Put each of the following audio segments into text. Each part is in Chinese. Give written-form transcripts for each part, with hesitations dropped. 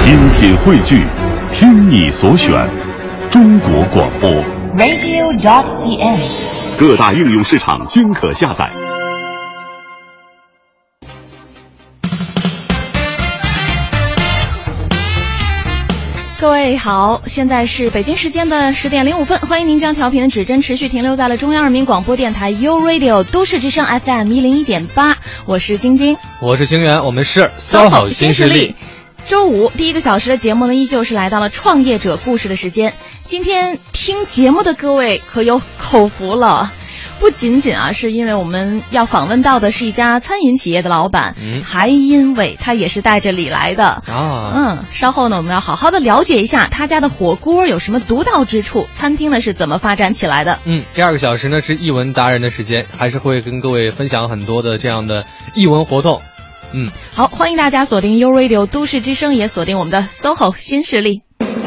精品汇聚，听你所选，中国广播 radio.cn， 各大应用市场均可下载。 各位好，现在是北京时间的10点05分，欢迎您将调频的指针持续停留在了中央人民广播电台 U Radio 都市之声 FM 101.8，我是晶晶， 我是星源，我们是SOHO新势力。 周五第一个小时的节目呢，依旧是来到了创业者故事的时间。今天听节目的各位可有口福了，不仅仅是因为我们要访问到的是一家餐饮企业的老板，还因为他也是带着礼来的稍后呢，我们要好好的了解一下他家的火锅有什么独到之处，餐厅呢是怎么发展起来的。 第二个小时呢是艺文达人的时间，还是会跟各位分享很多的这样的艺文活动。 好，欢迎大家锁定 U Radio 都市之声，也锁定我们的 SOHO 新势力。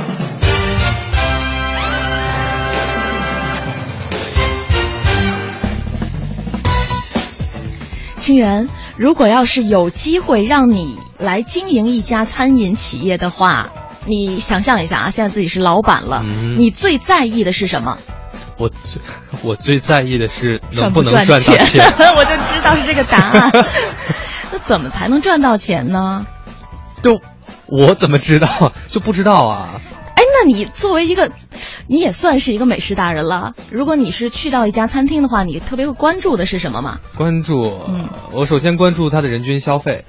清源，如果要是有机会让你来经营一家餐饮企业的话，你想象一下现在自己是老板了，你最在意的是什么？ 我最在意的是能不能赚到钱。 我就知道是这个答案。那怎么才能赚到钱呢？ 就我怎么知道？就不知道啊。 那你作为你也算是一个美食达人了。如果你是去到一家餐厅的话，你特别会关注的是什么吗？ 关注，我首先关注它的人均消费。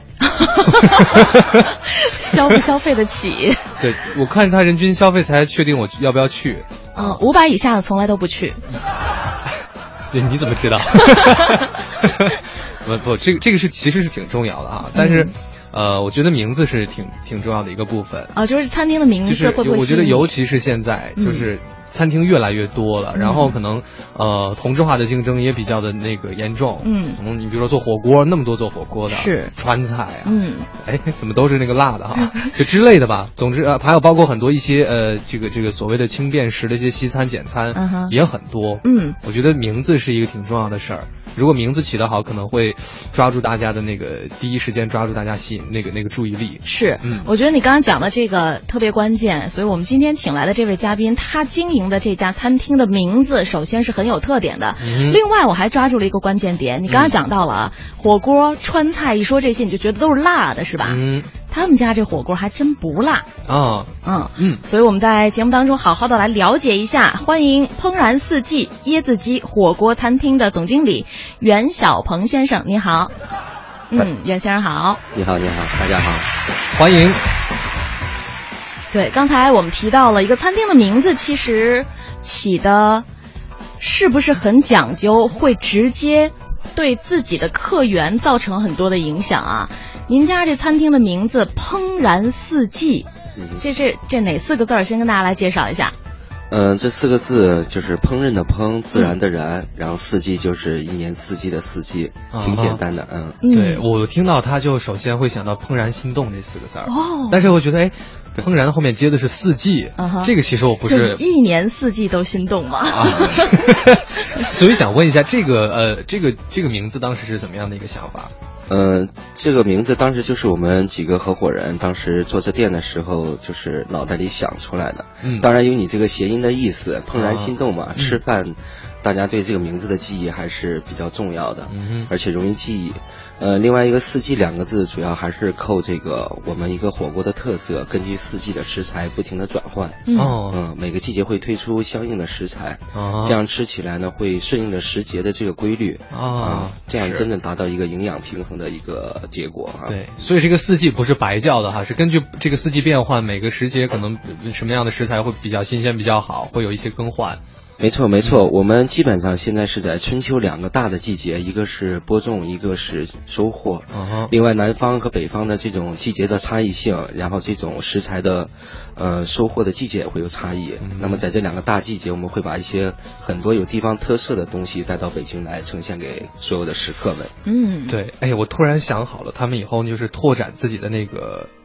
消不消费得起？ 对，我看他人均消费才确定我要不要去。 500以下的从来都不去。 你怎么知道？不，这个其实是挺重要的啊，但是。我觉得名字是挺重要的一个部分就是餐厅的名字会不会？ 就是我觉得尤其是现在，就是餐厅越来越多了，然后可能同质化的竞争也比较的那个严重。可能你比如说做火锅，那么多做火锅的， 是川菜怎么都是那个辣的哈，就之类的吧。总之还有包括很多一些这个所谓的轻便食的一些西餐简餐也很多。我觉得名字是一个挺重要的事儿。如果名字起得好，可能会抓住大家的那个第一时间抓住大家吸引那个注意力。 是，我觉得你刚刚讲的这个特别关键，所以我们今天请来的这位嘉宾，他经营的这家餐厅的名字首先是很有特点的。另外我还抓住了一个关键点，你刚刚讲到了火锅、川菜，一说这些你就觉得都是辣的，是吧？他们家这火锅还真不辣所以我们在节目当中好好的来了解一下。欢迎怦然四季椰子鸡火锅餐厅的总经理袁小鹏先生，你好。袁先生好。 你好，大家好， 欢迎。 对，刚才我们提到了一个餐厅的名字，其实起的是不是很讲究，会直接对自己的客源造成很多的影响啊。您家这餐厅的名字怦然四季，这哪4个字先跟大家来介绍一下。 这4个字就是烹饪的烹，自然的然，然后四季就是一年四季的四季，挺简单的。 对，我听到它就首先会想到怦然心动这4个字但是我觉得怦然后面接的是四季，这个其实我不是就一年四季都心动嘛。 所以想问一下，这个名字当时是怎么样的一个想法？ 这个名字当时就是我们几个合伙人当时做这店的时候，就是脑袋里想出来的。当然有你这个谐音的意思，怦然心动嘛，吃饭，大家对这个名字的记忆还是比较重要的，而且容易记忆。另外一个四季2个字，主要还是扣这个我们一个火锅的特色，根据四季的食材不停的转换。每个季节会推出相应的食材，这样吃起来呢会顺应着时节的这个规律这样真正达到一个营养平衡的一个结果对，所以这个四季不是白叫的是根据这个四季变换，每个时节可能什么样的食材会比较新鲜比较好，会有一些更换。 没错，我们基本上现在是在春秋2个大的季节，一个是播种，一个是收获。另外南方和北方的这种季节的差异性，然后这种食材的收获的季节也会有差异。那么在这2个大季节，我们会把一些很多有地方特色的东西带到北京来呈现给所有的食客们。 对，我突然想好了，他们以后就是拓展自己的那个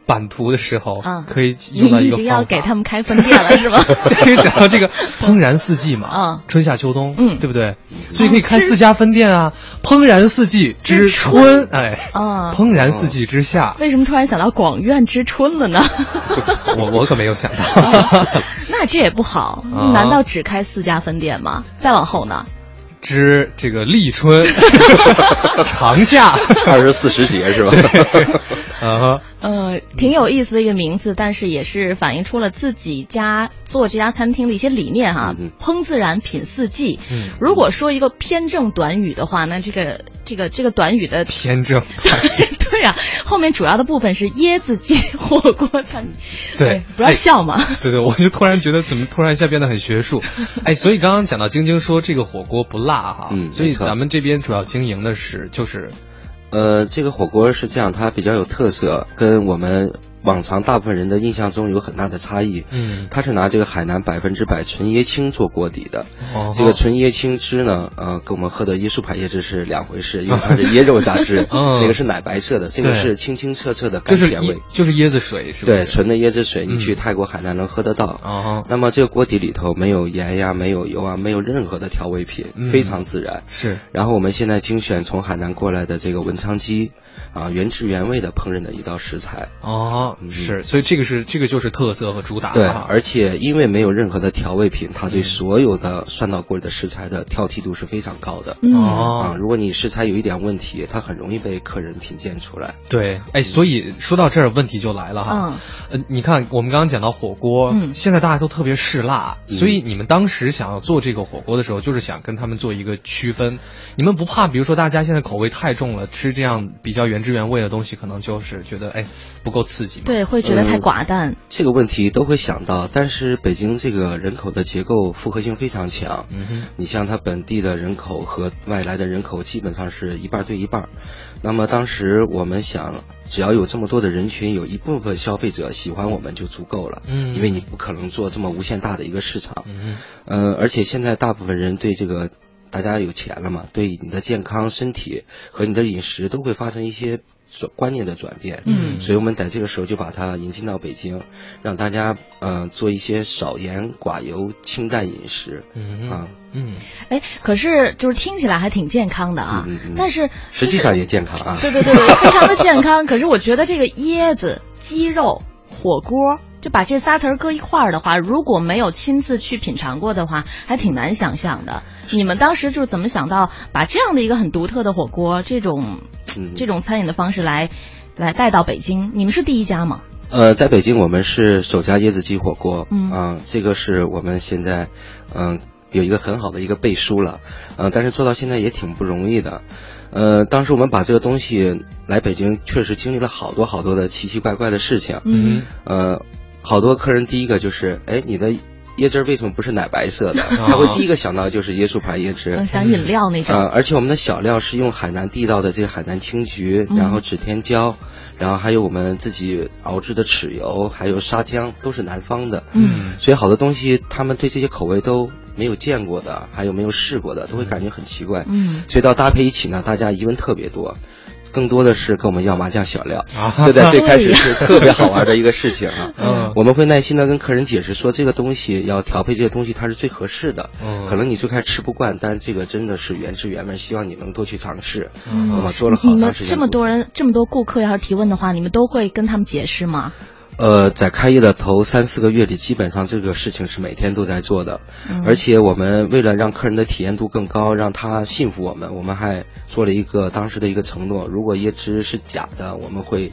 版图的时候，可以用到一个方法。你已经要给他们开分店了是吗？ 可以讲到这个怦然四季嘛，春夏秋冬，对不对？所以可以开4家分店啊，怦然四季之春，怦然四季之夏。 为什么突然想到广院之春了呢？ 我可没有想到。 那这也不好，难道只开4家分店吗？再往后呢？ 之这个立春、长夏、 24时节是吧？ 挺有意思的一个名字，但是也是反映出了自己家做这家餐厅的一些理念哈。烹自然，品四季。如果说一个偏正短语的话，那这个短语的偏正对啊，后面主要的部分是椰子鸡火锅餐。 对， 不要笑嘛。 对，我就突然觉得怎么突然一下变得很学术。所以刚刚讲到晶晶说这个火锅不辣哈，所以咱们这边主要经营的就是这个火锅是这样，它比较有特色，跟我们往常大部分人的印象中有很大的差异。它是拿这个海南100%纯椰青做锅底的。这个纯椰青汁呢，跟我们喝的椰树牌椰汁是两回事，因为它是椰肉榨汁，那个是奶白色的，这个是清清澈澈的甘甜味， 就是椰子水，是吧？ 对，纯的椰子水，你去泰国、海南能喝得到。那么这个锅底里头没有盐呀，没有油啊，没有任何的调味品，非常自然。 是。 然后我们现在精选从海南过来的这个文昌鸡。原汁原味的烹饪的一道食材是，所以这个就是特色和主打。 对，而且因为没有任何的调味品，它对所有的涮到锅里的食材的挑剔度是非常高的。如果你食材有一点问题，它很容易被客人品鉴出来。 对，所以说到这儿问题就来了哈。你看我们刚刚讲到火锅，现在大家都特别嗜辣，所以你们当时想要做这个火锅的时候，就是想跟他们做一个区分。你们不怕比如说大家现在口味太重了，吃这样比较原汁原味的东西，可能就是觉得不够刺激吗？ 对，会觉得太寡淡。 这个问题都会想到，但是北京这个人口的结构复合性非常强。你像它本地的人口和外来的人口基本上是1半对1半。那么当时我们想，只要有这么多的人群，有一部分消费者喜欢我们就足够了。因为你不可能做这么无限大的一个市场。而且现在大部分人对这个。大家有钱了嘛，对你的健康身体和你的饮食都会发生一些观念的转变。所以我们在这个时候就把它引进到北京，让大家做一些少盐寡油清淡饮食。 可是就是听起来还挺健康的啊。但是实际上也健康啊。 对，非常的健康。可是我觉得这个椰子、鸡肉、火锅，就把这仨词儿搁一块儿的话，如果没有亲自去品尝过的话，还挺难想象的。你们当时就是怎么想到把这样的一个很独特的火锅，这种餐饮的方式来带到北京？你们是第一家吗？ 在北京我们是首家椰子鸡火锅。这个是我们现在有一个很好的一个背书了。但是做到现在也挺不容易的。当时我们把这个东西来北京，确实经历了好多的奇奇怪怪的事情。好多客人第一个就是你的椰汁为什么不是奶白色的？他会第一个想到就是椰树牌椰汁， 像饮料那种。 而且我们的小料是用海南地道的这个海南青桔，然后指天椒，然后还有我们自己熬制的豉油，还有沙姜，都是南方的。所以好多东西他们对这些口味都没有见过的，还有没有试过的，都会感觉很奇怪。所以到搭配一起呢，大家疑问特别多。更多的是跟我们要麻酱小料，这在最开始是特别好玩的一个事情啊。我们会耐心的跟客人解释说，这个东西要调配这个东西它是最合适的。可能你最开始吃不惯，但这个真的是原汁原味，希望你能多去尝试。我们做了好长时间。 这么多人，这么多顾客要是提问的话，你们都会跟他们解释吗？ 在开业的头3-4个月里，基本上这个事情是每天都在做的。而且我们为了让客人的体验度更高，让他信服我们还做了一个当时的一个承诺，如果椰汁是假的，我们会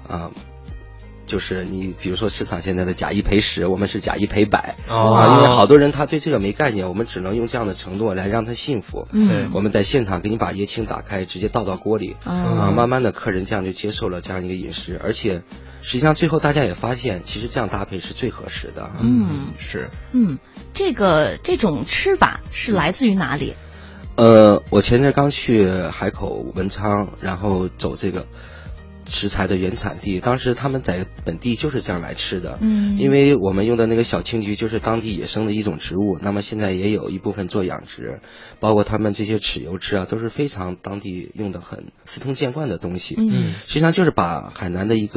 就是你比如说市场现在的假1赔10，我们是假1赔100。因为好多人他对这个没概念，我们只能用这样的承诺来让他信服。我们在现场给你把椰青打开，直接倒到锅里。慢慢的客人这样就接受了这样一个饮食，而且实际上最后大家也发现，其实这样搭配是最合适的。 是。 这种吃法是来自于哪里？ 我前阵刚去海口文昌，然后走这个食材的原产地，当时他们在本地就是这样来吃的。因为我们用的那个小青桔就是当地野生的一种植物，那么现在也有一部分做养殖，包括他们这些豉油汁啊，都是非常当地用的很司空见惯的东西。实际上就是把海南的一个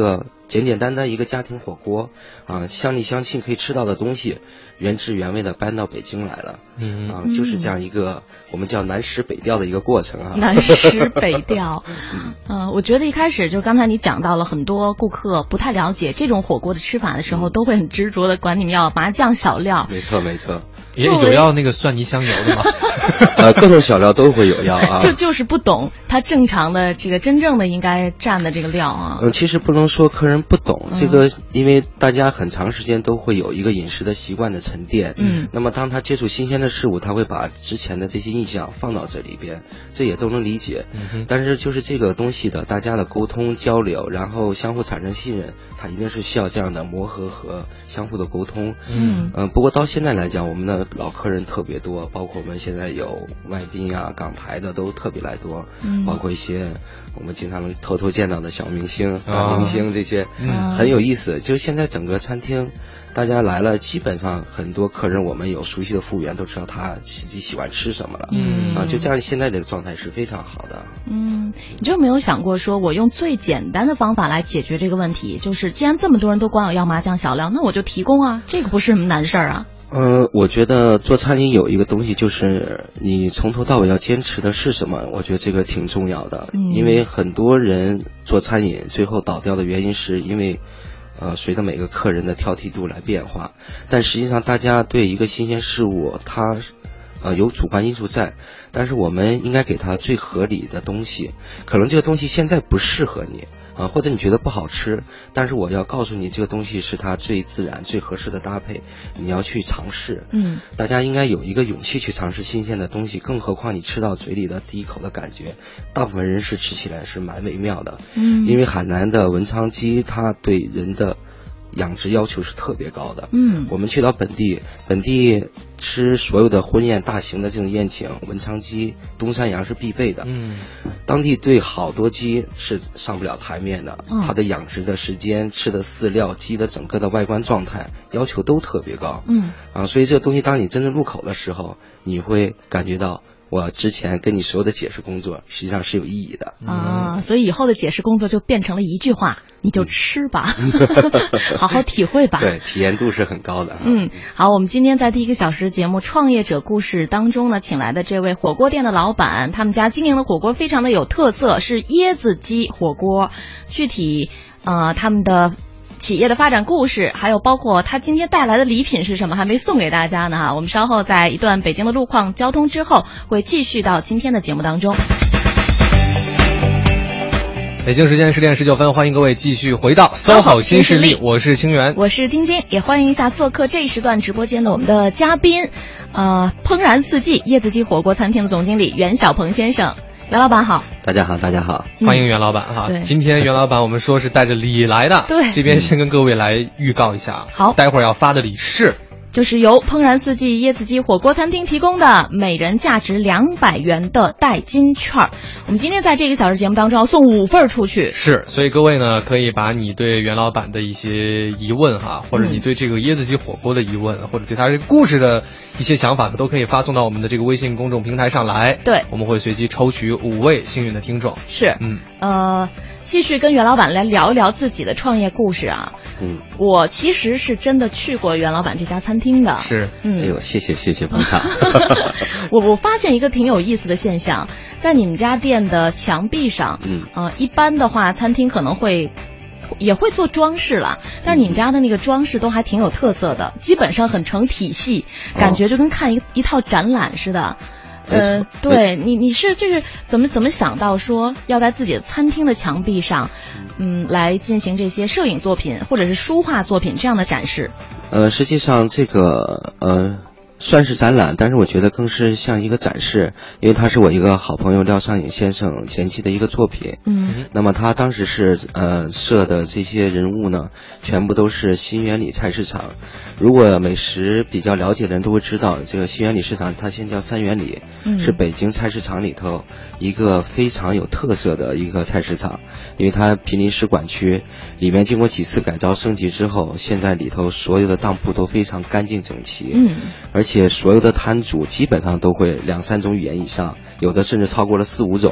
简简单单一个家庭火锅啊，乡里乡亲可以吃到的东西，原汁原味的搬到北京来了。就是这样一个我们叫南食北调的一个过程啊。 南食北调，我觉得一开始就刚才你讲到了很多顾客不太了解这种火锅的吃法的时候，都会很执着的管你们要麻酱小料。 没错没错。 也有要那个蒜泥香油的吗？ 各种小料都会有要啊。 就是不懂它正常的这个真正的应该蘸的这个料啊。 其实不能说客人不懂这个，因为大家很长时间都会有一个饮食的习惯的沉淀。那么当他接触新鲜的事物，他会把之前的这些印象放到这里边，这也都能理解。但是就是这个东西的大家的沟通交流，然后相互产生信任，它一定是需要这样的磨合和相互的沟通。不过到现在来讲，我们的老客人特别多，包括我们现在有外宾啊、港台的都特别来多，包括一些我们经常能偷偷见到的小明星、大明星这些，很有意思。就是现在整个餐厅，大家来了，基本上很多客人我们有熟悉的服务员都知道他自己喜欢吃什么了。就这样，现在这个状态是非常好的。 你就没有想过说我用最简单的方法来解决这个问题？就是既然这么多人都管我要麻酱小料，那我就提供啊，这个不是什么难事儿啊。 我觉得做餐饮有一个东西，就是你从头到尾要坚持的是什么，我觉得这个挺重要的。因为很多人做餐饮最后倒掉的原因是因为随着每个客人的挑剔度来变化，但实际上大家对一个新鲜事物它有主观因素在，但是我们应该给它最合理的东西。可能这个东西现在不适合你或者你觉得不好吃，但是我要告诉你这个东西是它最自然最合适的搭配，你要去尝试。大家应该有一个勇气去尝试新鲜的东西，更何况你吃到嘴里的第一口的感觉，大部分人是吃起来是蛮微妙的。因为海南的文昌鸡它对人的养殖要求是特别高的。我们去到本地吃所有的婚宴大型的这种宴请，文昌鸡、东山羊是必备的。当地对好多鸡是上不了台面的，它的养殖的时间、吃的饲料、鸡的整个的外观状态要求都特别高。所以这个东西当你真正入口的时候，你会感觉到我之前跟你所有的解释工作实际上是有意义的所以以后的解释工作就变成了一句话，你就吃吧好好体会吧。 对，体验度是很高的。 好，我们今天在第1个小时节目创业者故事当中呢，请来的这位火锅店的老板，他们家经营的火锅非常的有特色，是椰子鸡火锅。具体他们的企业的发展故事，还有包括他今天带来的礼品是什么，还没送给大家呢我们稍后在一段北京的路况交通之后，会继续到今天的节目当中。 北京时间10点19分，欢迎各位继续回到SOHO新势力，我是清源， 我是晶晶，也欢迎一下做客这一时段直播间的我们的嘉宾，怦然四季椰子鸡火锅餐厅的总经理袁小鹏先生。袁老板好。 大家好，大家好， 欢迎袁老板哈。今天袁老板我们说是带着礼来的， 对， 这边先跟各位来预告一下， 好， 待会儿要发的礼是。 就是由怦然四季椰子鸡火锅餐厅提供的每人价值200元的代金券。我们今天在这个小时节目当中要送5份出去。 是，所以各位呢可以把你对袁老板的一些疑问或者你对这个椰子鸡火锅的疑问，或者对他这个故事的一些想法呢，都可以发送到我们的这个微信公众平台上来。 对， 我们会随机抽取5位幸运的听众。 是，继续跟袁老板来聊一聊自己的创业故事啊。我其实是真的去过袁老板这家餐厅的。 是， 哎呦，谢谢捧场。 我发现一个挺有意思的现象，在你们家店的墙壁上，一般的话餐厅可能也会做装饰了，但你们家的那个装饰都还挺有特色的，基本上很成体系，感觉就跟看一套展览似的。对，你是就是怎么想到说要在自己的餐厅的墙壁上，来进行这些摄影作品或者是书画作品这样的展示？ 实际上这个算是展览，但是我觉得更是像一个展示，因为他是我一个好朋友廖尚颖先生前期的一个作品。那么他当时是设的这些人物呢，全部都是新源里菜市场。如果美食比较了解的人都会知道，这个新源里市场它现在叫三元里，是北京菜市场里头一个非常有特色的一个菜市场，因为它毗邻使馆区，里面经过几次改造升级之后，现在里头所有的当铺都非常干净整齐。而且所有的摊主基本上都会2-3种语言以上，有的甚至超过了4-5种。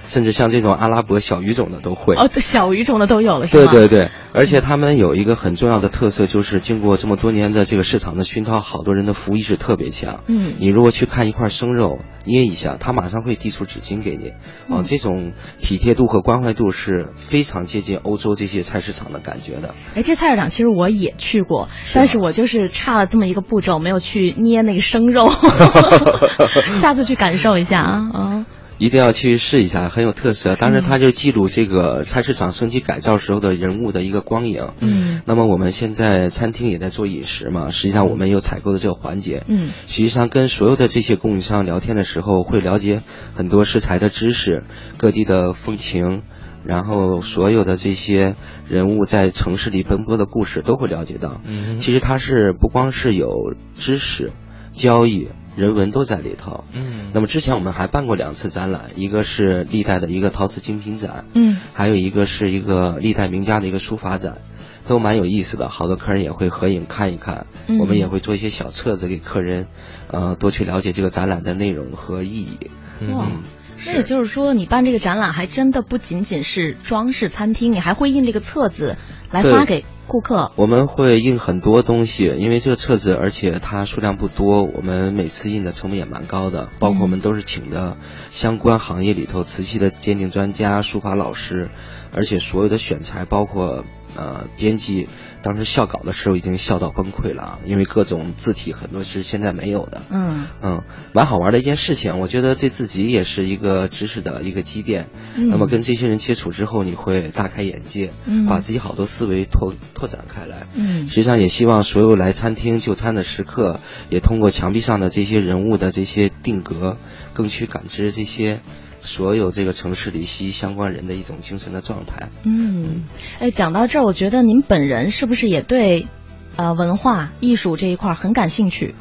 甚至像这种阿拉伯小语种的都会。 哦，小语种的都有了是吗？ 对对对，而且他们有一个很重要的特色，就是经过这么多年的这个市场的熏陶，好多人的服务意识特别强。你如果去看一块生肉，捏一下，他马上会递出纸巾给你。这种体贴度和关怀度是非常接近欧洲这些菜市场的感觉的。 这菜市场其实我也去过，但是我就是差了这么一个步骤，没有去捏那个生肉。下次去感受一下啊。 一定要去试一下，很有特色。当然它就记录这个菜市场升级改造时候的人物的一个光影。那么我们现在餐厅也在做饮食嘛，实际上我们有采购的这个环节。实际上跟所有的这些供应商聊天的时候，会了解很多食材的知识，各地的风情，然后所有的这些人物在城市里奔波的故事都会了解到。其实它是不光是有知识、交易、人文都在里头。那么之前我们还办过2次展览，一个是历代的一个陶瓷精品展，还有一个是一个历代名家的一个书法展，都蛮有意思的。好多客人也会合影看一看，我们也会做一些小册子给客人，多去了解这个展览的内容和意义。 那也就是说，你办这个展览还真的不仅仅是装饰餐厅，你还会印这个册子来发给顾客。 我们会印很多东西，因为这个册子而且它数量不多，我们每次印的成本也蛮高的，包括我们都是请的相关行业里头瓷器的鉴定专家、书法老师，而且所有的选材包括编辑当时校稿的时候已经笑到崩溃了，因为各种字体很多是现在没有的。蛮好玩的一件事情，我觉得对自己也是一个知识的一个积淀。那么跟这些人接触之后，你会大开眼界，把自己好多思维拓展开来。实际上也希望所有来餐厅就餐的食客，也通过墙壁上的这些人物的这些定格，更去感知这些所有这个城市里息息相关人的一种精神的状态。 讲到这儿，我觉得您本人是不是也对文化艺术这一块很感兴趣？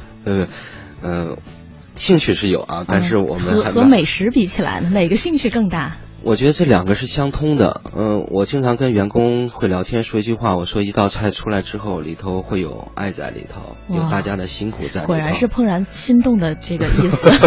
兴趣是有啊，但是我们和美食比起来呢，哪个兴趣更大？ 我觉得这2个是相通的。我经常跟员工会聊天，说一句话，我说一道菜出来之后，里头会有爱在里头，有大家的辛苦在里头。 果然是怦然心动的这个意思。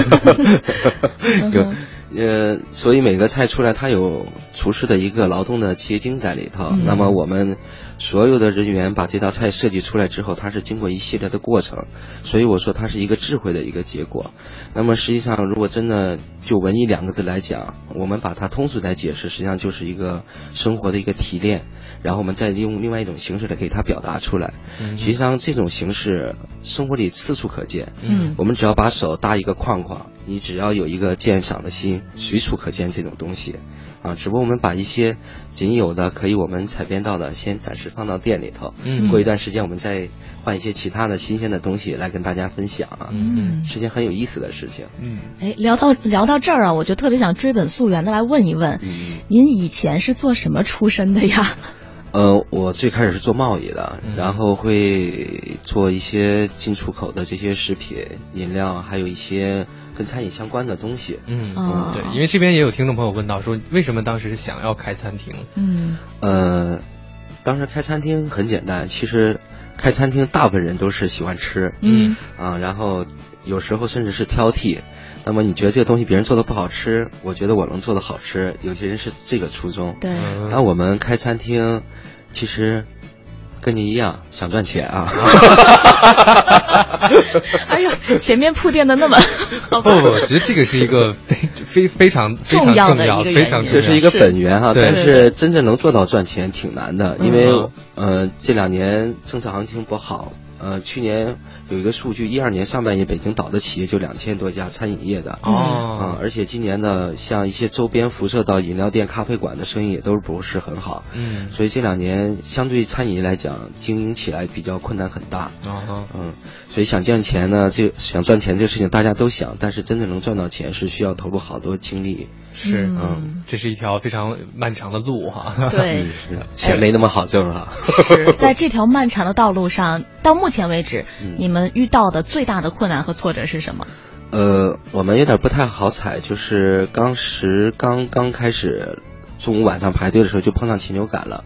所以每个菜出来，它有厨师的一个劳动的结晶在里头。那么我们所有的人员把这道菜设计出来之后，它是经过一系列的过程，所以我说它是一个智慧的一个结果。那么实际上，如果真的就文艺2个字来讲，我们把它通俗来解释，实际上就是一个生活的一个提炼，然后我们再用另外一种形式来给它表达出来。实际上这种形式生活里四处可见。我们只要把手搭一个框框，你只要有一个鉴赏的心，随处可见这种东西只不过我们把一些仅有的可以我们采编到的先暂时放到店里头，过一段时间我们再换一些其他的新鲜的东西来跟大家分享是件很有意思的事情。 聊到这儿啊，我就特别想追本溯源的来问一问，您以前是做什么出身的呀？ 我最开始是做贸易的，然后会做一些进出口的这些食品、饮料，还有一些跟餐饮相关的东西。 对，因为这边也有听众朋友问到说，为什么当时想要开餐厅？ 当时开餐厅很简单，其实开餐厅大部分人都是喜欢吃，然后有时候甚至是挑剔。那么你觉得这个东西别人做的不好吃，我觉得我能做的好吃，有些人是这个初衷。 对。 那我们开餐厅，其实跟您一样想赚钱啊。 哎呦，前面铺垫的那么不，我觉得这个是一个非常重要的一个非常这是一个本源哈。但是真正能做到赚钱挺难的，因为这2年政策行情不好。去年有一个数据，12年上半年北京倒的企业就2000多家餐饮业的而且今年的像一些周边辐射到饮料店、咖啡馆的生意也都不是很好。所以这2年相对餐饮业来讲，经营起来比较困难很大。所以想赚钱呢，想赚钱这个事情大家都想，但是真正能赚到钱是需要投入好多精力。 是，这是一条非常漫长的路哈。 对， 钱没那么好挣哈。 是在这条漫长的道路上，到目前为止，你们遇到的最大的困难和挫折是什么？ 我们有点不太好踩，就是刚开始中午晚上排队的时候就碰上禽流感了，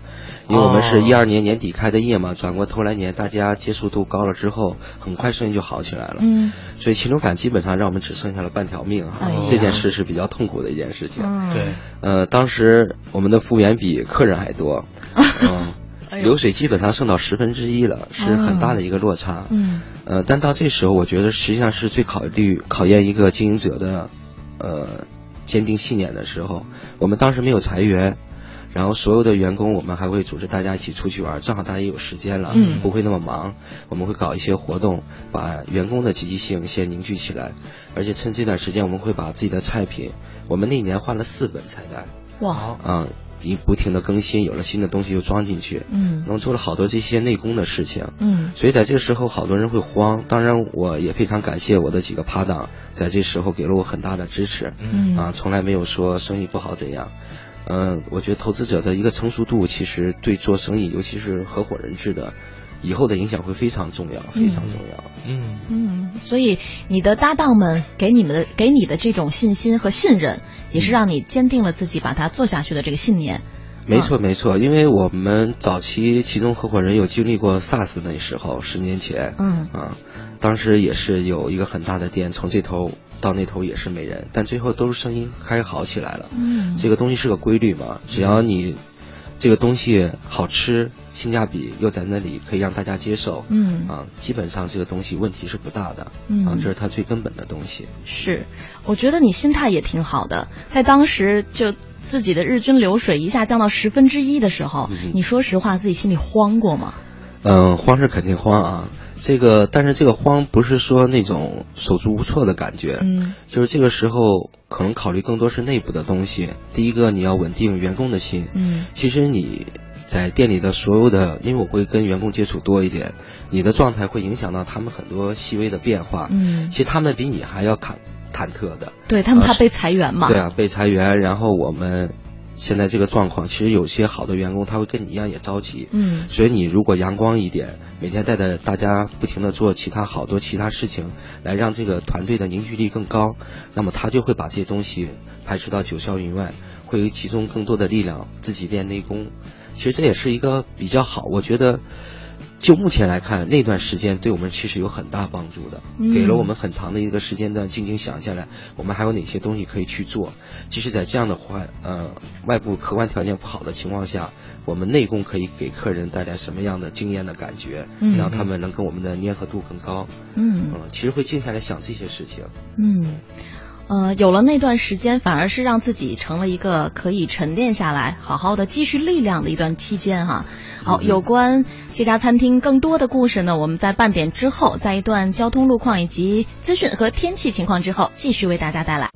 因为我们是12年年底开的业嘛，转过头来年大家接触度高了之后，很快生意就好起来了。所以禽流感基本上让我们只剩下了半条命这件事是比较痛苦的一件事情。对，当时我们的服务员比客人还多，流水基本上剩到1/10了，是很大的一个落差。但到这时候，我觉得实际上是最考验一个经营者的坚定信念的时候。我们当时没有裁员，然后所有的员工我们还会组织大家一起出去玩，正好大家也有时间了，不会那么忙。我们会搞一些活动，把员工的积极性先凝聚起来，而且趁这段时间我们会把自己的菜品，我们那年换了4本菜单。哇！不停的更新，有了新的东西又装进去，然后做了好多这些内功的事情，所以在这个时候好多人会慌。当然我也非常感谢我的几个搭档，在这时候给了我很大的支持，从来没有说生意不好怎样。我觉得投资者的一个成熟度，其实对做生意，尤其是合伙人制的，以后的影响会非常重要，非常重要。 所以你的搭档们给你的这种信心和信任，也是让你坚定了自己把它做下去的这个信念。 没错没错，因为我们早期其中合伙人有经历过 SARS 那时候10年前，当时也是有一个很大的店，从这头到那头也是没人，但最后都是生意开好起来了。这个东西是个规律嘛，只要你这个东西好吃，性价比又在那里可以让大家接受，基本上这个东西问题是不大的，这是它最根本的东西。 是，我觉得你心态也挺好的，在当时就自己的日均流水一下降到1/10的时候，你说实话自己心里慌过吗？ 慌是肯定慌啊，但是这个慌不是说那种手足无措的感觉，就是这个时候可能考虑更多是内部的东西。第一个你要稳定员工的心，其实你在店里的所有的，因为我会跟员工接触多一点，你的状态会影响到他们很多细微的变化，其实他们比你还要忐忑的， 对，他们怕被裁员嘛， 对啊，被裁员，然后我们现在这个状况，其实有些好的员工他会跟你一样也着急，所以你如果阳光一点，每天带着大家不停的做好多其他事情，来让这个团队的凝聚力更高，那么他就会把这些东西排除到九霄云外，会集中更多的力量自己练内功。其实这也是一个比较好，我觉得就目前来看，那段时间对我们其实有很大帮助的，给了我们很长的一个时间段静静想下来，我们还有哪些东西可以去做。即使在这样的外部客观条件不好的情况下，我们内功可以给客人带来什么样的惊艳的感觉，让他们能跟我们的粘合度更高。其实会静下来想这些事情。 有了那段时间，反而是让自己成了一个可以沉淀下来，好好的积蓄力量的一段期间哈。好，有关这家餐厅更多的故事呢，我们在半点之后，在一段交通路况以及资讯和天气情况之后，继续为大家带来。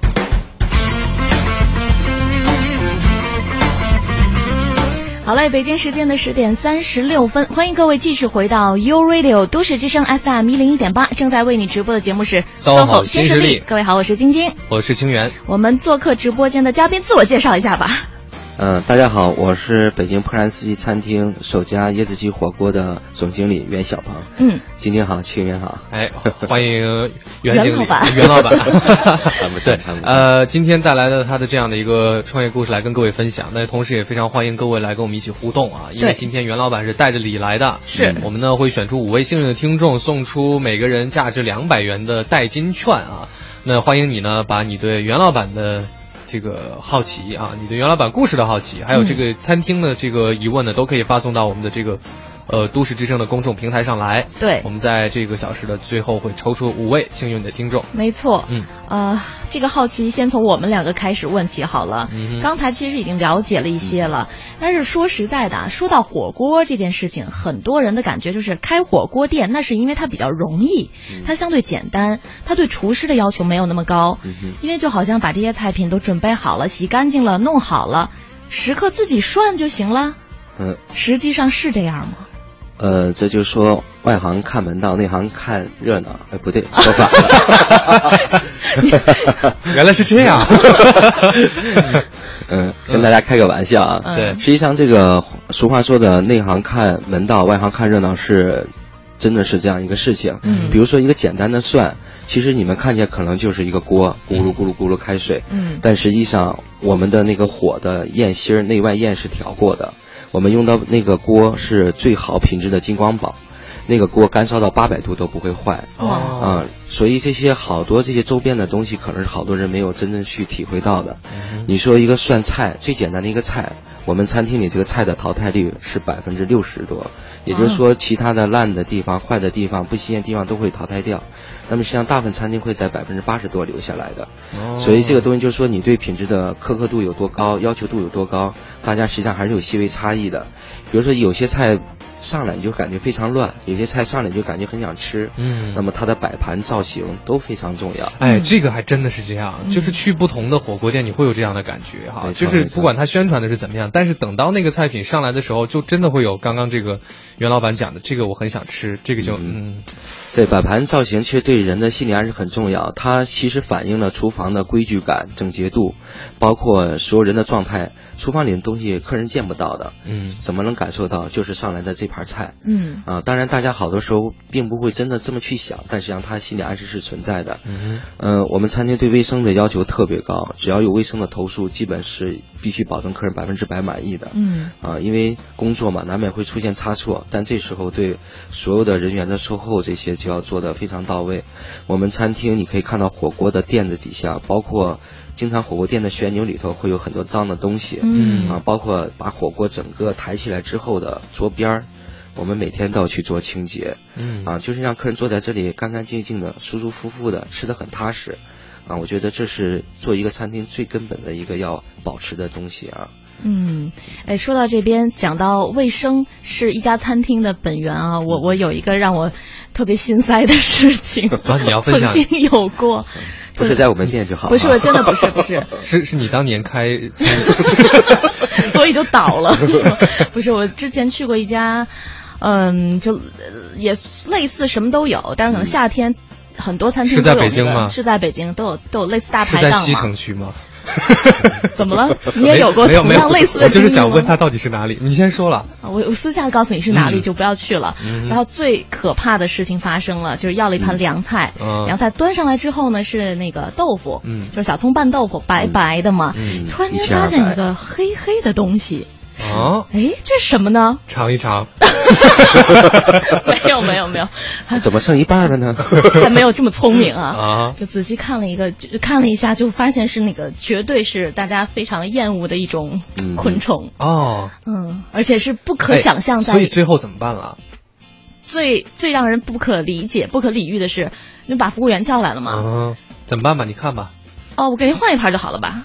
好嘞，北京时间的10点36分，欢迎各位继续回到 U Radio 都市之声 FM 101.8，正在为你直播的节目是 SOHO 新势力。各位好，我是晶晶， 我是清源。 我们做客直播间的嘉宾自我介绍一下吧。 大家好，我是北京怦然四季餐厅首家椰子鸡火锅的总经理袁小鹏。晶晶好，清源好。 欢迎袁经理，袁老板。对，今天带来的他的这样的一个创业故事来跟各位分享。那同时也非常欢迎各位来跟我们一起互动啊，因为今天袁老板是带着礼来的。 是， 我们呢会选出5位幸运的听众，送出每个人价值200元的代金券啊。那欢迎你呢把你对袁老板的这个好奇啊，你对袁老板故事的好奇，还有这个餐厅的这个疑问呢，都可以发送到我们的这个都市之声的公众平台上来。 对， 我们在这个小时的最后会抽出5位幸运的听众。 没错。这个好奇先从我们2个开始问起好了。刚才其实已经了解了一些了，但是说实在的，说到火锅这件事情，很多人的感觉就是开火锅店，那是因为它比较容易，它相对简单，它对厨师的要求没有那么高，因为就好像把这些菜品都准备好了，洗干净了，弄好了，食客自己涮就行了。实际上是这样吗？ 这就说外行看门道，内行看热闹。不对，说反了。 原来是这样。 跟大家开个玩笑啊。 对， 实际上这个俗话说的内行看门道，外行看热闹是真的是这样一个事情。比如说一个简单的涮，其实你们看见可能就是一个锅，咕噜咕噜咕噜开水。但实际上我们的那个火的焰芯内外焰是调过的。 我们用的那个锅是最好品质的金光宝。那个锅干烧到800度都不会坏所以这些好多这些周边的东西，可能是好多人没有真正去体会到的。你说一个涮菜，最简单的一个菜，我们餐厅里这个菜的淘汰率是60%多，也就是说其他的烂的地方、坏的地方、不新鲜的地方都会淘汰掉。那么实际上大部分餐厅会在80%多留下来的。所以这个东西就是说你对品质的苛刻度有多高，要求度有多高，大家实际上还是有细微差异的。比如说有些菜上来你就感觉非常乱，有些菜上来你就感觉很想吃。那么它的摆盘造型都非常重要。 这个还真的是这样，就是去不同的火锅店你会有这样的感觉哈，就是不管它宣传的是怎么样，但是等到那个菜品上来的时候，就真的会有刚刚这个袁老板讲的，这个我很想吃，这个就对，摆盘造型其实对人的心理暗示很重要，它其实反映了厨房的规矩感、整洁度，包括所有人的状态。厨房里的东西客人见不到的，怎么能感受到？就是上来的这盘菜。当然大家好多时候并不会真的这么去想，但实际上它心理暗示是存在的。我们餐厅对卫生的要求特别高，只要有卫生的投诉，基本是必须保证客人100%满意的。因为工作嘛，难免会出现差错，但这时候对所有的人员的售后这些就要做得非常到位。我们餐厅你可以看到火锅的垫子底下，包括经常火锅店的旋钮里头会有很多脏的东西，包括把火锅整个抬起来之后的桌边，我们每天都要去做清洁，就是让客人坐在这里干干净净的、舒舒服服的，吃得很踏实，我觉得这是做一个餐厅最根本的一个要保持的东西啊。 说到这边讲到卫生是一家餐厅的本源啊，我有一个让我特别心塞的事情， 你要分享， 曾经有过。 不是在我们店就好， 不是，真的不是， 是你当年开所以就倒了，是吗？不是，我之前去过一家，就也类似什么都有，但是可能夏天很多餐厅都有、 是在北京吗？ 是在北京，都有类似大排档吗？ 是在西城区吗？ 怎么了？你也有过同样类似的经历吗？ 我就是想问他到底是哪里。你先说了。 我私下告诉你是哪里，就不要去了。然后最可怕的事情发生了，就是要了一盘凉菜，凉菜端上来之后呢，是那个豆腐，就是小葱拌豆腐，白白的嘛。突然间发现一个黑黑的东西。这是什么呢？ 尝一尝。 没有， 怎么剩一半了呢？ 还没有这么聪明啊！就仔细看了一下，就发现是那个绝对是大家非常厌恶的一种昆虫而且是不可想象所以最后怎么办了？ 最让人不可理解、不可理喻的是，就把服务员叫来了嘛。 怎么办吧？你看吧。 我给您换一盘就好了吧。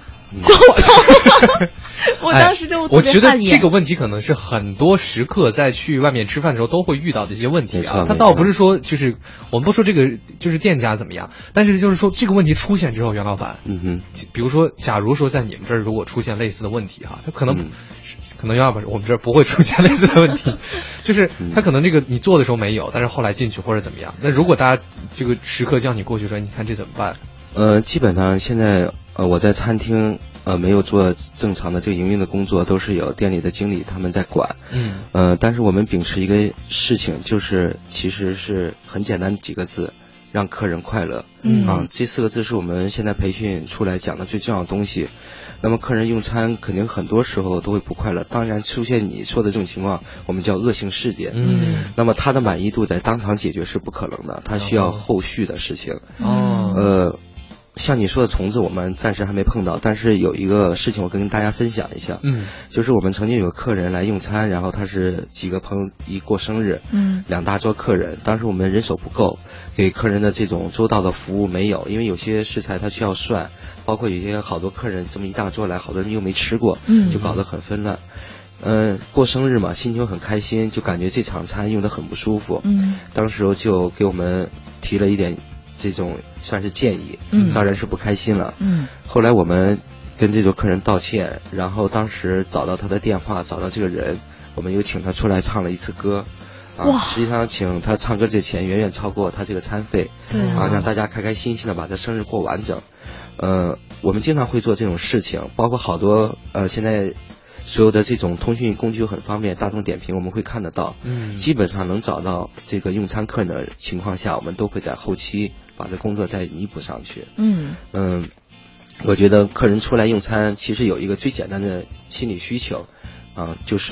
我当时就我觉得这个问题可能是很多食客在去外面吃饭的时候都会遇到的一些问题啊。他倒不是说就是我们不说这个就是店家怎么样，但是就是说这个问题出现之后，袁老板，比如说假如说在你们这儿如果出现类似的问题他可能袁老板我们这儿不会出现类似的问题，就是他可能这个你做的时候没有，但是后来进去或者怎么样。那如果大家这个食客叫你过去说，你看这怎么办？ 基本上现在我在餐厅没有做正常的这个营运的工作，都是有店里的经理他们在管。但是我们秉持一个事情，就是其实是很简单几个字，让客人快乐。这4个字是我们现在培训出来讲的最重要的东西。那么客人用餐肯定很多时候都会不快乐，当然出现你说的这种情况，我们叫恶性事件。那么他的满意度在当场解决是不可能的，他需要后续的事情。像你说的虫子我们暂时还没碰到，但是有一个事情我跟大家分享一下。就是我们曾经有客人来用餐，然后他是几个朋友一过生日，2大桌客人，当时我们人手不够，给客人的这种周到的服务没有，因为有些食材他需要涮，包括有些好多客人这么一大桌来，好多人又没吃过，就搞得很纷乱。过生日嘛，心情很开心，就感觉这场餐用得很不舒服。当时就给我们提了一点这种算是建议，当然是不开心了。后来我们跟这个客人道歉，然后当时找到他的电话，找到这个人，我们又请他出来唱了一次歌。实际上请他唱歌这钱远远超过他这个餐费，让大家开开心心的把他生日过完整。我们经常会做这种事情，包括好多现在所有的这种通讯工具很方便，大众点评我们会看得到，基本上能找到这个用餐客人的情况下，我们都会在后期把这工作再弥补上去。我觉得客人出来用餐其实有一个最简单的心理需求就是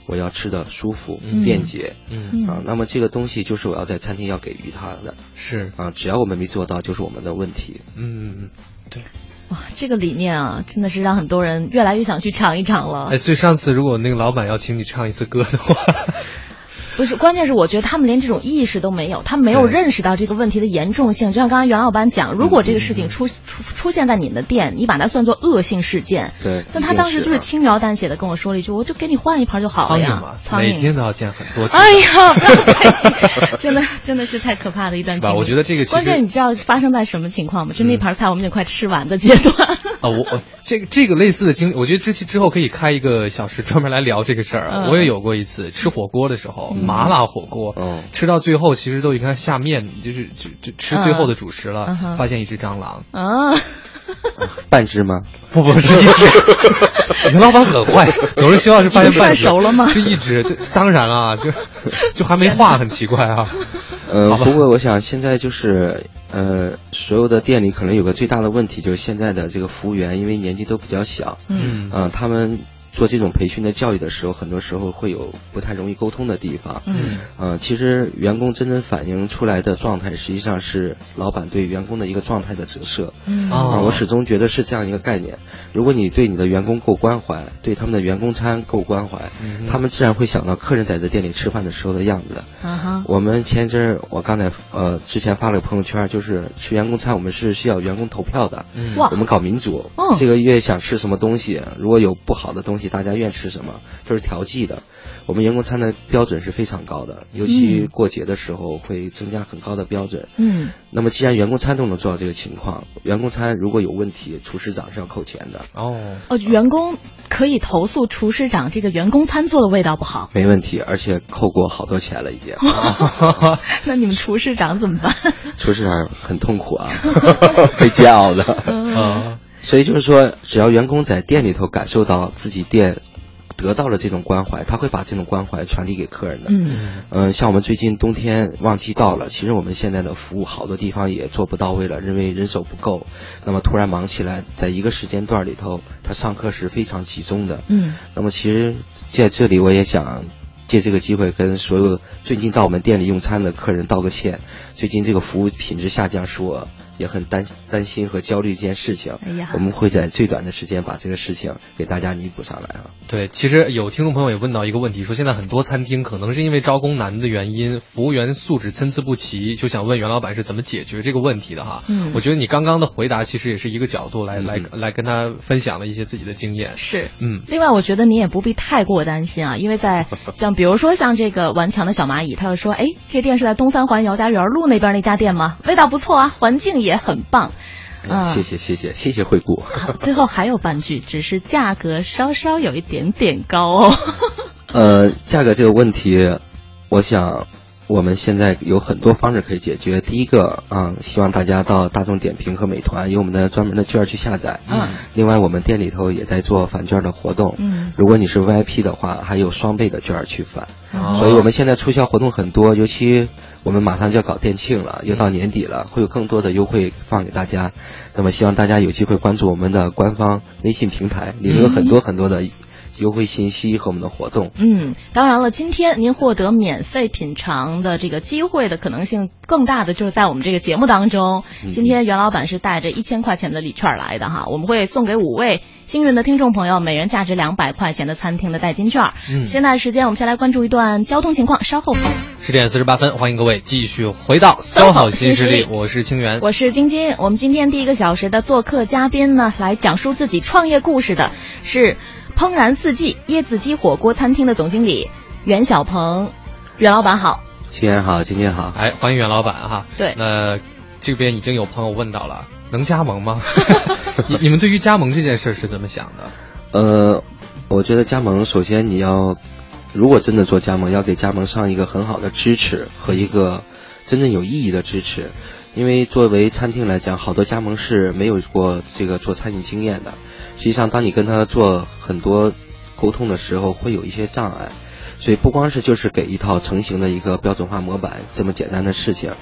我要吃的舒服、便捷，那么这个东西就是我要在餐厅要给予他的， 是只要我们没做到，就是我们的问题。 对。 哇，这个理念啊，真的是让很多人越来越想去尝一尝了。 所以上次如果那个老板要请你唱一次歌的话。 不是，关键是我觉得他们连这种意识都没有，他们没有认识到这个问题的严重性。就像刚才袁老板讲，如果这个事情出现在你的店，你把它算作恶性事件， 对。 但他当时就是轻描淡写的跟我说了一句，我就给你换一盘就好了呀。 苍蝇嘛，每天都要见很多次。 哎呀，不要太真的是太可怕的一段经历。 我觉得这个关键你知道发生在什么情况吗？就那盘菜我们已经快吃完的阶段。 我这个类似的经历，我觉得之后可以开1个小时专门来聊这个事儿。我也有过一次吃火锅的时候。麻辣火锅，吃到最后其实都已经下面，就是吃最后的主食了，发现一只蟑螂。 半只吗？ 不是一只。袁老板很坏，总是希望是发现半只。 熟了吗？ 是一只，当然了，就还没化，很奇怪啊。 不过我想现在就是所有的店里可能有个最大的问题，就是现在的这个服务员因为年纪都比较小，他们做这种培训的教育的时候，很多时候会有不太容易沟通的地方。其实员工真正反映出来的状态，实际上是老板对员工的一个状态的折射。我始终觉得是这样一个概念。如果你对你的员工够关怀，对他们的员工餐够关怀，他们自然会想到客人在这店里吃饭的时候的样子。我们前一阵我刚才之前发了个朋友圈，就是吃员工餐，我们是需要员工投票的。我们搞民主，这个月想吃什么东西，如果有不好的东西，大家愿吃什么，这是调剂的。我们员工餐的标准是非常高的，尤其过节的时候会增加很高的标准。那么既然员工餐都能做到这个情况，员工餐如果有问题，厨师长是要扣钱的。 员工可以投诉厨师长这个员工餐做的味道不好？ 没问题，而且扣过好多钱了已经。 那你们厨师长怎么办？ 厨师长很痛苦啊，会煎熬的。所以就是说，只要员工在店里头感受到自己店得到了这种关怀，他会把这种关怀传递给客人的。像我们最近冬天旺季到了，其实我们现在的服务好多地方也做不到位了，因为人手不够。那么突然忙起来，在一个时间段里头，他上课是非常集中的。那么其实在这里我也想借这个机会跟所有最近到我们店里用餐的客人道个歉。最近这个服务品质下降是我也很担心和焦虑一件事情。我们会在最短的时间把这个事情给大家弥补上来啊。 对，其实有听众朋友也问到一个问题，说现在很多餐厅可能是因为招工难的原因，服务员素质参差不齐，就想问袁老板是怎么解决这个问题的哈。我觉得你刚刚的回答其实也是一个角度来跟他分享了一些自己的经验。 是，另外我觉得你也不必太过担心啊，因为在比如说像这个顽强的小蚂蚁，他就说，这店是在东三环姚家园路那边那家店吗？味道不错啊，环境也很棒。 谢谢惠顾。 最后还有半句，只是价格稍稍有一点点高哦。 价格这个问题，我想我们现在有很多方式可以解决。第一个希望大家到大众点评和美团有我们的专门的券去下载。另外我们店里头也在做返券的活动。如果你是 VIP 的话，还有双倍的券去返。所以我们现在促销活动很多，尤其我们马上就要搞店庆了，又到年底了，会有更多的优惠放给大家。那么希望大家有机会关注我们的官方微信平台，里面有很多很多的优惠信息和我们的活动。 当然了，今天您获得免费品尝的这个机会的可能性更大的就是在我们这个节目当中。今天袁老板是带着1000块钱的礼券来的哈，我们会送给5位幸运的听众朋友每人价值200块钱的餐厅的代金券。现在时间我们先来关注一段交通情况，稍后 10点48分，欢迎各位继续回到SOHO新势力，我是清源， 我是晶晶。我们今天第1个小时的做客嘉宾呢，来讲述自己创业故事的是怦然四季椰子鸡火锅餐厅的总经理袁小鹏。袁老板好。 清源好，晶晶好。 欢迎袁老板哈。 对， 那这边已经有朋友问到了，能加盟吗？你们对于加盟这件事是怎么想的？我觉得加盟首先你要，如果真的做加盟，要给加盟上一个很好的支持和一个真正有意义的支持。因为作为餐厅来讲，好多加盟是没有过这个做餐饮经验的，实际上当你跟他做很多沟通的时候会有一些障碍，所以不光是就是给一套成型的一个标准化模板这么简单的事情，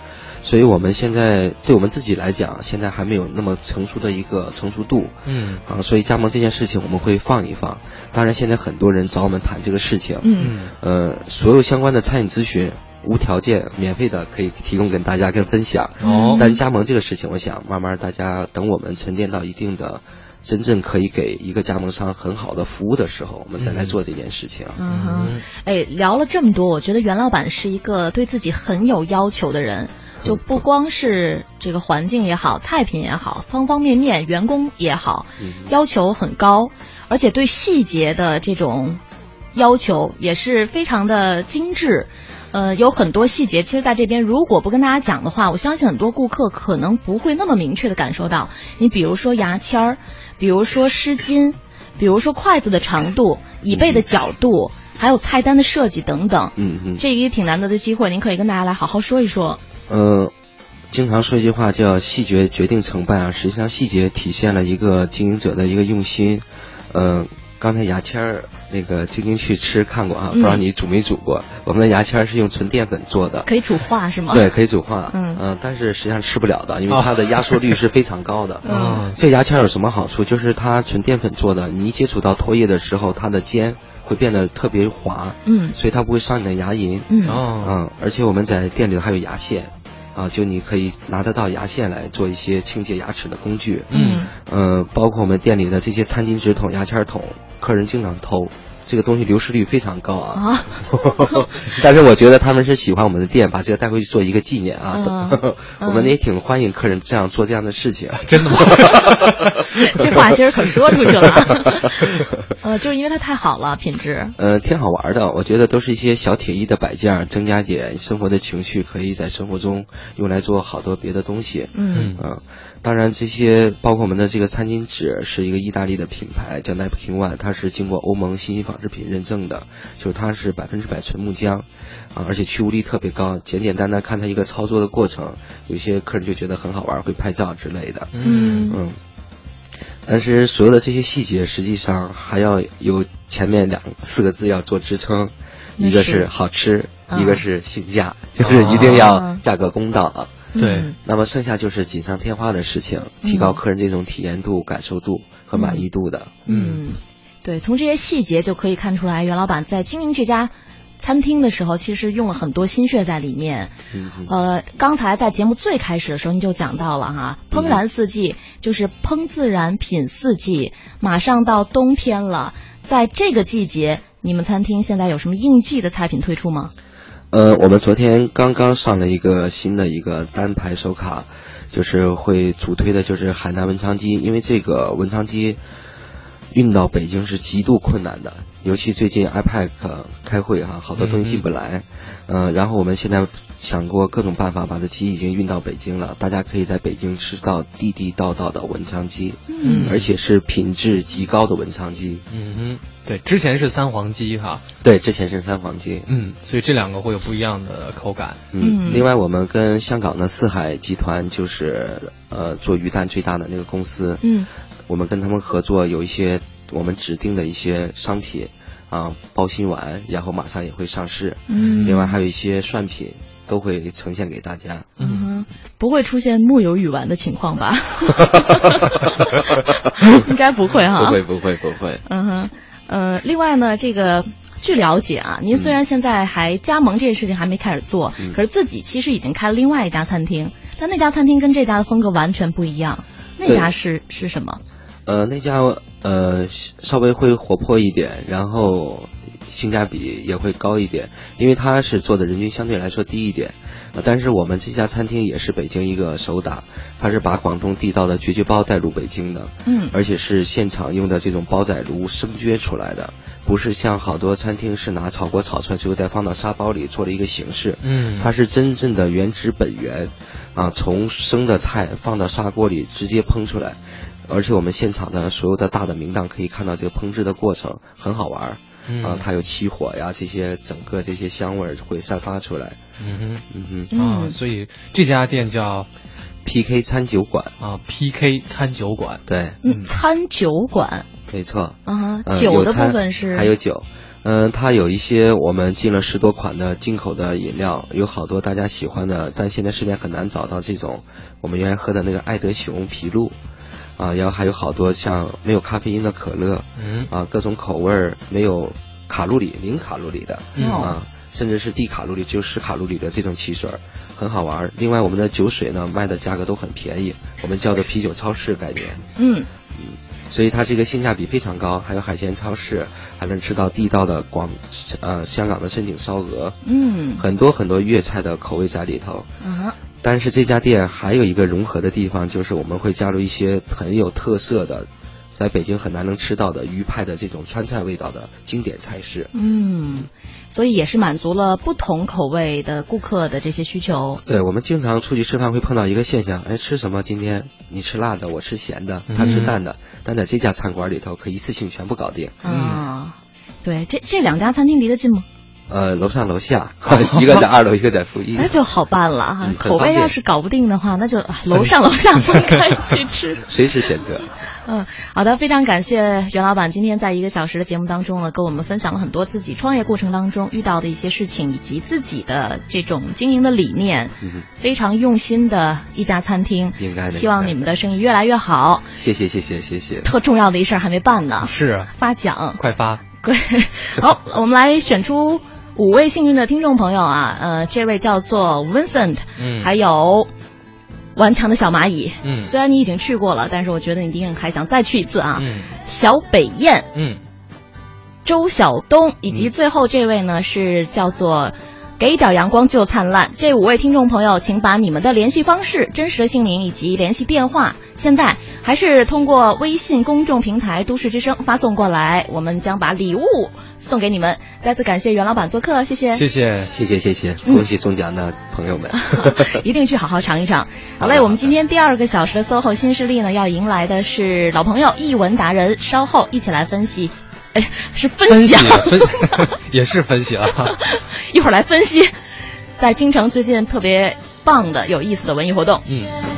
所以我们现在对我们自己来讲，现在还没有那么成熟的一个成熟度，所以加盟这件事情我们会放一放。当然，现在很多人找我们谈这个事情，所有相关的餐饮咨询无条件、免费的可以提供给大家跟分享。但加盟这个事情，我想慢慢大家等我们沉淀到一定的。真正可以给一个加盟商很好的服务的时候，我们再来做这件事情。 聊了这么多，我觉得袁老板是一个对自己很有要求的人，就不光是这个环境也好，菜品也好，方方面面，员工也好，要求很高，而且对细节的这种要求也是非常的精致。有很多细节，其实在这边如果不跟大家讲的话，我相信很多顾客可能不会那么明确的感受到。你比如说牙签儿，比如说湿巾，比如说筷子的长度、椅背的角度，还有菜单的设计等等。这一个挺难得的机会，您可以跟大家来好好说一说。 经常说一句话叫细节决定成败啊，实际上细节体现了一个经营者的一个用心。刚才牙签儿那个晶晶去吃看过啊，不知道你煮没煮过。我们的牙签儿是用纯淀粉做的， 可以煮化是吗？ 对，可以煮化。但是实际上吃不了的，因为它的压缩率是非常高的。这牙签有什么好处？就是它纯淀粉做的，你一接触到唾液的时候，它的尖会变得特别滑。所以它不会伤你的牙龈。而且我们在店里还有牙线。就你可以拿得到牙线来做一些清洁牙齿的工具。包括我们店里的这些餐巾纸筒、牙签筒，客人经常偷，这个东西流失率非常高啊。但是我觉得他们是喜欢我们的店，把这个带回去做一个纪念啊。我们也挺欢迎客人这样做这样的事情。 真的吗？ 这话今儿可说出去了。就是因为它太好了，品质。 挺好玩的，我觉得都是一些小铁艺的摆件，增加点生活的情趣，可以在生活中用来做好多别的东西。当然这些包括我们的这个餐巾纸是一个意大利的品牌叫 Napkin One， 它是经过欧盟新型纺织品认证的，就是它是100%纯木浆而且去污力特别高，简简单单看它一个操作的过程，有些客人就觉得很好玩，会拍照之类的。但是所有的这些细节实际上还要有前面4个字要做支撑，一个是好吃，一个是性价，就是一定要价格公道啊。 对， 那么剩下就是锦上添花的事情，提高客人这种体验度、感受度和满意度的。 对，从这些细节就可以看出来，袁老板在经营这家餐厅的时候，其实用了很多心血在里面。刚才在节目最开始的时候，你就讲到了哈，烹然四季，就是烹自然品四季，马上到冬天了，在这个季节，你们餐厅现在有什么应季的菜品推出吗？ 我们昨天刚刚上了一个新的一个单排手卡，就是会主推的就是海南文昌鸡，因为这个文昌鸡运到北京是极度困难的，尤其最近 IPAC 开会好多东西进不来。然后我们现在想过各种办法，把这鸡已经运到北京了，大家可以在北京吃到地地道道的文昌鸡，而且是品质极高的文昌鸡。 对，之前是三黄鸡哈。 对，之前是三黄鸡。 所以这两个会有不一样的口感。 另外我们跟香港的四海集团就是做鱼蛋最大的那个公司。我们跟他们合作，有一些我们指定的一些商品包心丸，然后马上也会上市。另外还有一些涮品都会呈现给大家。 不会出现木有鱼丸的情况吧？应该不会哈。 不会。 另外呢，这个据了解啊，您虽然现在还加盟这件事情还没开始做，可是自己其实已经开了另外一家餐厅，但那家餐厅跟这家的风格完全不一样。那家是什么？ 那家稍微会活泼一点，然后性价比也会高一点，因为它是做的人均相对来说低一点。但是我们这家餐厅也是北京一个首打，它是把广东地道的绝绝包带入北京的，而且是现场用的这种煲仔炉生撅出来的，不是像好多餐厅是拿炒锅炒出来之后再放到沙包里做了一个形式。它是真正的原汁本源从生的菜放到砂锅里直接烹出来，而且我们现场的所有的大的名档可以看到这个烹制的过程，很好玩。它有起火呀，这些整个这些香味会散发出来。 所以这家店叫 PK 餐酒馆 PK 餐酒馆。 对， 餐酒馆， 没错。 酒的部分是还有酒。 它有一些我们进了10多款的进口的饮料，有好多大家喜欢的，但现在市面很难找到这种我们原来喝的那个爱德熊啤露啊，然后还有好多像没有咖啡因的可乐，各种口味没有卡路里、0卡路里的甚至是低卡路里只有10卡路里的这种汽水，很好玩。另外我们的酒水呢卖的价格都很便宜，我们叫做啤酒超市概念。所以它这个性价比非常高，还有海鲜超市，还能吃到地道的香港的深井烧鹅，很多很多粤菜的口味在里头。但是这家店还有一个融合的地方，就是我们会加入一些很有特色的，在北京很难能吃到的渝派的这种川菜味道的经典菜式。 所以也是满足了不同口味的顾客的这些需求。 对，我们经常出去吃饭会碰到一个现象，吃什么？今天你吃辣的，我吃咸的，他吃淡的，但在这家餐馆里头可以一次性全部搞定。 对，这2家餐厅离得近吗？ 楼上楼下，一个在2楼，一个在负1。 那就好办了口味要是搞不定的话，那就楼上楼下分开去吃， 随时选择。 好的，非常感谢袁老板今天在1个小时的节目当中呢，跟我们分享了很多自己创业过程当中遇到的一些事情，以及自己的这种经营的理念，非常用心的一家餐厅。 应该的， 希望你们的生意越来越好。 谢谢。 特重要的一事还没办呢， 是发奖， 快发。 对，好，我们来选出5位幸运的听众朋友啊，这位叫做 Vincent，还有顽强的小蚂蚁，虽然你已经去过了，但是我觉得你一定还想再去一次啊。小北燕，周晓东，以及最后这位呢是叫做给一点阳光就灿烂。这5位听众朋友，请把你们的联系方式、真实的姓名以及联系电话，现在还是通过微信公众平台都市之声发送过来，我们将把礼物送给你们。再次感谢袁老板做客，谢谢。 谢谢， 恭喜中奖的朋友们。 一定去好好尝一尝。好嘞，我们今天第2个小时的 SOHO 新势力呢，要迎来的是老朋友译文达人，稍后一起来分析。是分享， 也是分析啊。 一会儿来分析，在京城最近特别棒的、有意思的文艺活动。